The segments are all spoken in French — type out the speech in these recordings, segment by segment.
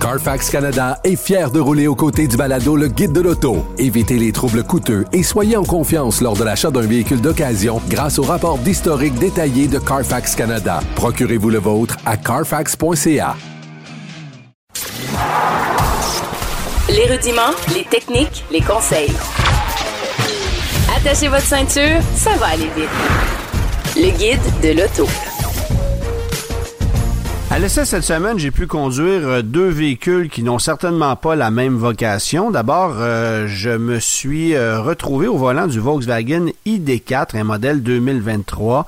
Carfax Canada est fier de rouler aux côtés du balado Le Guide de l'auto. Évitez les troubles coûteux et soyez en confiance lors de l'achat d'un véhicule d'occasion grâce au rapport d'historique détaillé de Carfax Canada. Procurez-vous le vôtre à carfax.ca. Les rudiments, les techniques, les conseils. Attachez votre ceinture, ça va aller vite. Le Guide de l'auto. À l'essai cette semaine, j'ai pu conduire deux véhicules qui n'ont certainement pas la même vocation. D'abord, je me suis retrouvé au volant du Volkswagen ID4, un modèle 2023,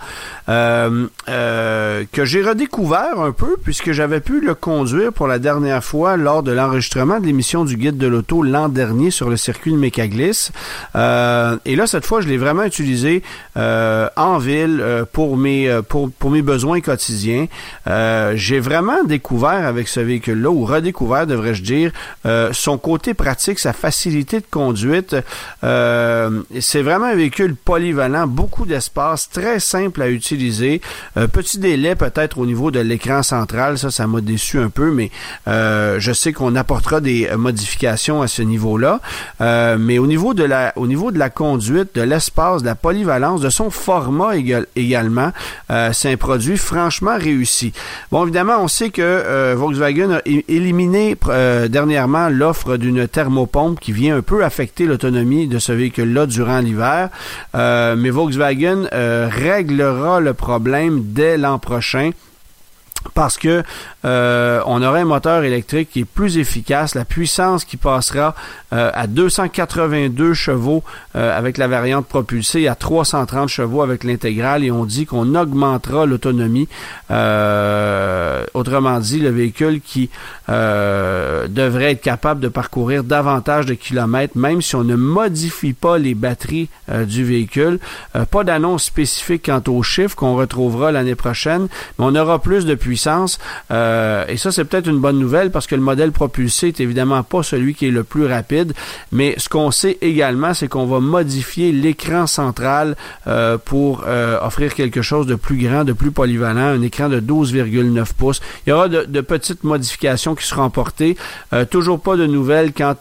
que j'ai redécouvert un peu puisque j'avais pu le conduire pour la dernière fois lors de l'enregistrement de l'émission du Guide de l'auto l'an dernier sur le circuit de Mécaglisse. Et là, cette fois, je l'ai vraiment utilisé en ville pour mes besoins quotidiens. J'ai vraiment découvert avec ce véhicule-là, ou redécouvert, devrais-je dire, son côté pratique, sa facilité de conduite. C'est vraiment un véhicule polyvalent, beaucoup d'espace, très simple à utiliser. Petit délai peut-être au niveau de l'écran central, ça m'a déçu un peu, mais je sais qu'on apportera des modifications à ce niveau-là. Mais au niveau de la conduite, de l'espace, de la polyvalence, de son format également, c'est un produit franchement réussi. Bon, évidemment, on sait que Volkswagen a éliminé dernièrement l'offre d'une thermopompe qui vient un peu affecter l'autonomie de ce véhicule-là durant l'hiver. Mais Volkswagen réglera le problème dès l'an prochain. Parce que on aura un moteur électrique qui est plus efficace, la puissance qui passera à 282 chevaux avec la variante propulsée, à 330 chevaux avec l'intégrale, et on dit qu'on augmentera l'autonomie. Autrement dit, le véhicule qui devrait être capable de parcourir davantage de kilomètres, même si on ne modifie pas les batteries du véhicule. Pas d'annonce spécifique quant aux chiffres qu'on retrouvera l'année prochaine, mais on aura plus de puissance. Et ça, c'est peut-être une bonne nouvelle parce que le modèle propulsé est évidemment pas celui qui est le plus rapide, mais ce qu'on sait également, c'est qu'on va modifier l'écran central pour offrir quelque chose de plus grand, de plus polyvalent, un écran de 12,9 pouces. Il y aura de petites modifications qui seront apportées. Toujours pas de nouvelles quant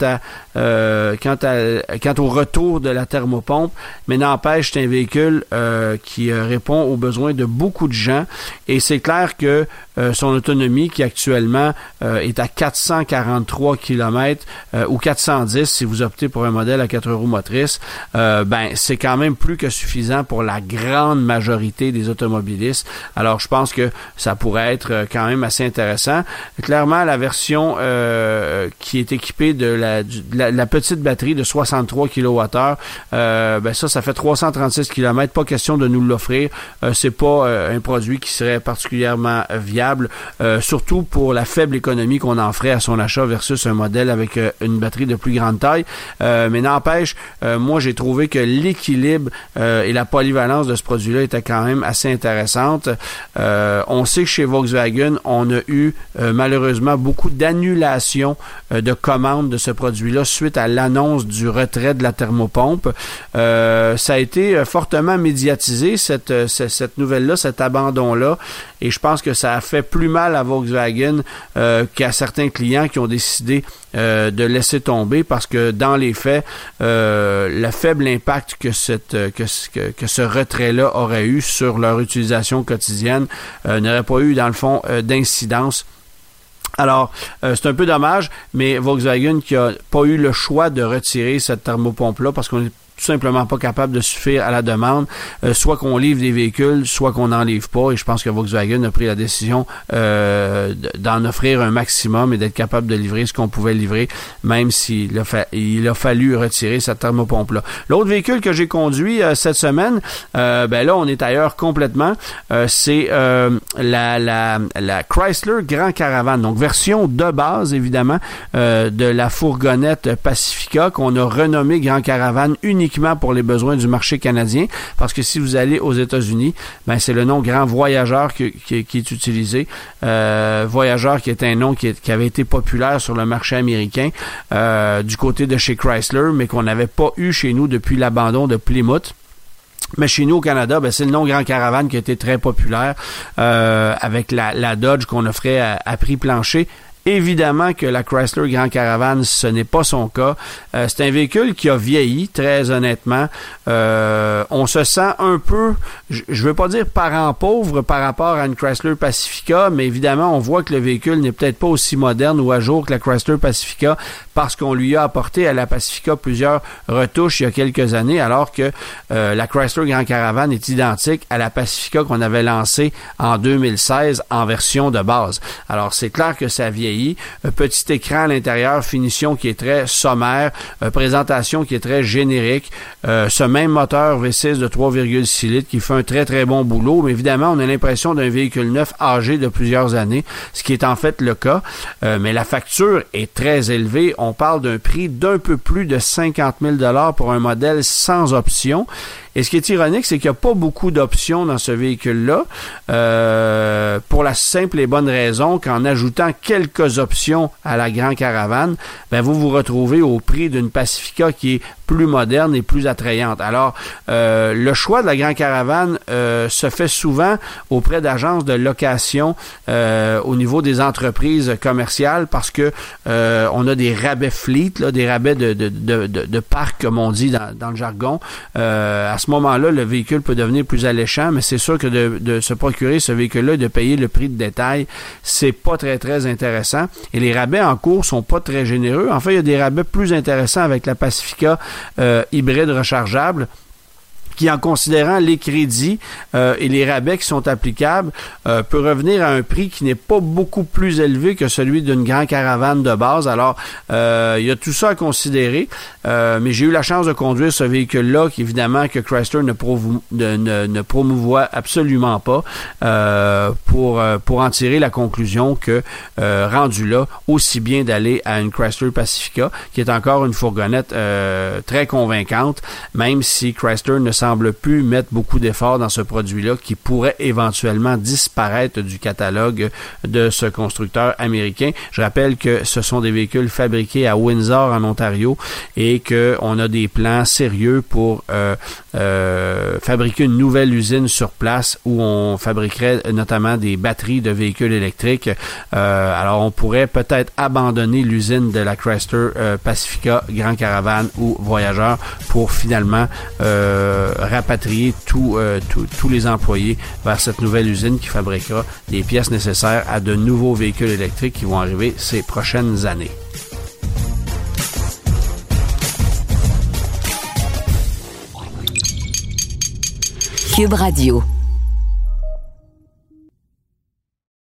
au retour de la thermopompe, mais n'empêche, c'est un véhicule qui répond aux besoins de beaucoup de gens, et c'est clair que son autonomie qui actuellement est à 443 km ou 410 si vous optez pour un modèle à 4 roues motrices, c'est quand même plus que suffisant pour la grande majorité des automobilistes. Alors je pense que ça pourrait être quand même assez intéressant. Clairement, la version qui est équipée de la petite batterie de 63 kWh, ça fait 336 km, pas question de nous l'offrir. C'est pas un produit qui serait particulièrement viable, surtout pour la faible économie qu'on en ferait à son achat versus un modèle avec une batterie de plus grande taille. Mais n'empêche, moi j'ai trouvé que l'équilibre et la polyvalence de ce produit-là était quand même assez intéressante. On sait que chez Volkswagen, on a eu malheureusement beaucoup d'annulations de commandes de ce produit-là suite à l'annonce du retrait de la thermopompe. Ça a été fortement médiatisé, cette nouvelle-là, cet abandon-là, et je pense que ça a fait plus mal à Volkswagen qu'à certains clients qui ont décidé de laisser tomber, parce que dans les faits, le faible impact que ce retrait-là aurait eu sur leur utilisation quotidienne n'aurait pas eu, dans le fond, d'incidence. Alors, c'est un peu dommage, mais Volkswagen qui a pas eu le choix de retirer cette thermopompe-là parce qu'on est tout simplement pas capable de suffire à la demande, soit qu'on livre des véhicules, soit qu'on n'en livre pas, et je pense que Volkswagen a pris la décision d'en offrir un maximum et d'être capable de livrer ce qu'on pouvait livrer, même s'il a fallu retirer cette thermopompe-là. L'autre véhicule que j'ai conduit cette semaine, là, on est ailleurs complètement, c'est la Chrysler Grand Caravan, donc version de base, évidemment, de la fourgonnette Pacifica qu'on a renommée Grand Caravan uniquement pour les besoins du marché canadien, parce que si vous allez aux États-Unis, c'est le nom Grand Voyageur qui est utilisé. Voyageur qui est un nom qui avait été populaire sur le marché américain du côté de chez Chrysler, mais qu'on n'avait pas eu chez nous depuis l'abandon de Plymouth. Mais chez nous au Canada, c'est le nom Grand Caravan qui a été très populaire avec la Dodge qu'on offrait à prix plancher Évidemment que la Chrysler Grand Caravan, ce n'est pas son cas. C'est un véhicule qui a vieilli, très honnêtement. On se sent un peu, je veux pas dire parent pauvre par rapport à une Chrysler Pacifica, mais évidemment, on voit que le véhicule n'est peut-être pas aussi moderne ou à jour que la Chrysler Pacifica parce qu'on lui a apporté à la Pacifica plusieurs retouches il y a quelques années, alors que la Chrysler Grand Caravan est identique à la Pacifica qu'on avait lancée en 2016 en version de base. Alors, c'est clair que ça vieillit. Petit écran à l'intérieur, finition qui est très sommaire, présentation qui est très générique. Ce même moteur V6 de 3,6 litres qui fait un très, très bon boulot. Mais évidemment, on a l'impression d'un véhicule neuf âgé de plusieurs années, ce qui est en fait le cas. Mais la facture est très élevée. On parle d'un prix d'un peu plus de 50 000 $ pour un modèle sans option. Et ce qui est ironique, c'est qu'il n'y a pas beaucoup d'options dans ce véhicule-là, pour la simple et bonne raison qu'en ajoutant quelques options à la Grand Caravan, ben vous vous retrouvez au prix d'une Pacifica qui est plus moderne et plus attrayante. Alors, le choix de la Grand Caravan se fait souvent auprès d'agences de location au niveau des entreprises commerciales parce que on a des rabais fleet, là, des rabais de parc, comme on dit dans le jargon. À ce moment-là, le véhicule peut devenir plus alléchant, mais c'est sûr que de se procurer ce véhicule-là et de payer le prix de détail, c'est pas très, très intéressant. Et les rabais en cours sont pas très généreux. En fait, il y a des rabais plus intéressants avec la Pacifica hybride rechargeable, qui, en considérant les crédits et les rabais qui sont applicables, peut revenir à un prix qui n'est pas beaucoup plus élevé que celui d'une Grand Caravane de base. Alors, il y a tout ça à considérer, mais j'ai eu la chance de conduire ce véhicule-là, qui évidemment que Chrysler ne promouvoit absolument pas, pour en tirer la conclusion que, rendu là, aussi bien d'aller à une Chrysler Pacifica, qui est encore une fourgonnette très convaincante, même si Chrysler ne semble plus mettre beaucoup d'efforts dans ce produit-là qui pourrait éventuellement disparaître du catalogue de ce constructeur américain. Je rappelle que ce sont des véhicules fabriqués à Windsor, en Ontario, et qu'on a des plans sérieux pour fabriquer une nouvelle usine sur place où on fabriquerait notamment des batteries de véhicules électriques. Alors, on pourrait peut-être abandonner l'usine de la Chrysler Pacifica Grand Caravan ou Voyageur pour finalement rapatrier tous les employés vers cette nouvelle usine qui fabriquera des pièces nécessaires à de nouveaux véhicules électriques qui vont arriver ces prochaines années. Cube Radio.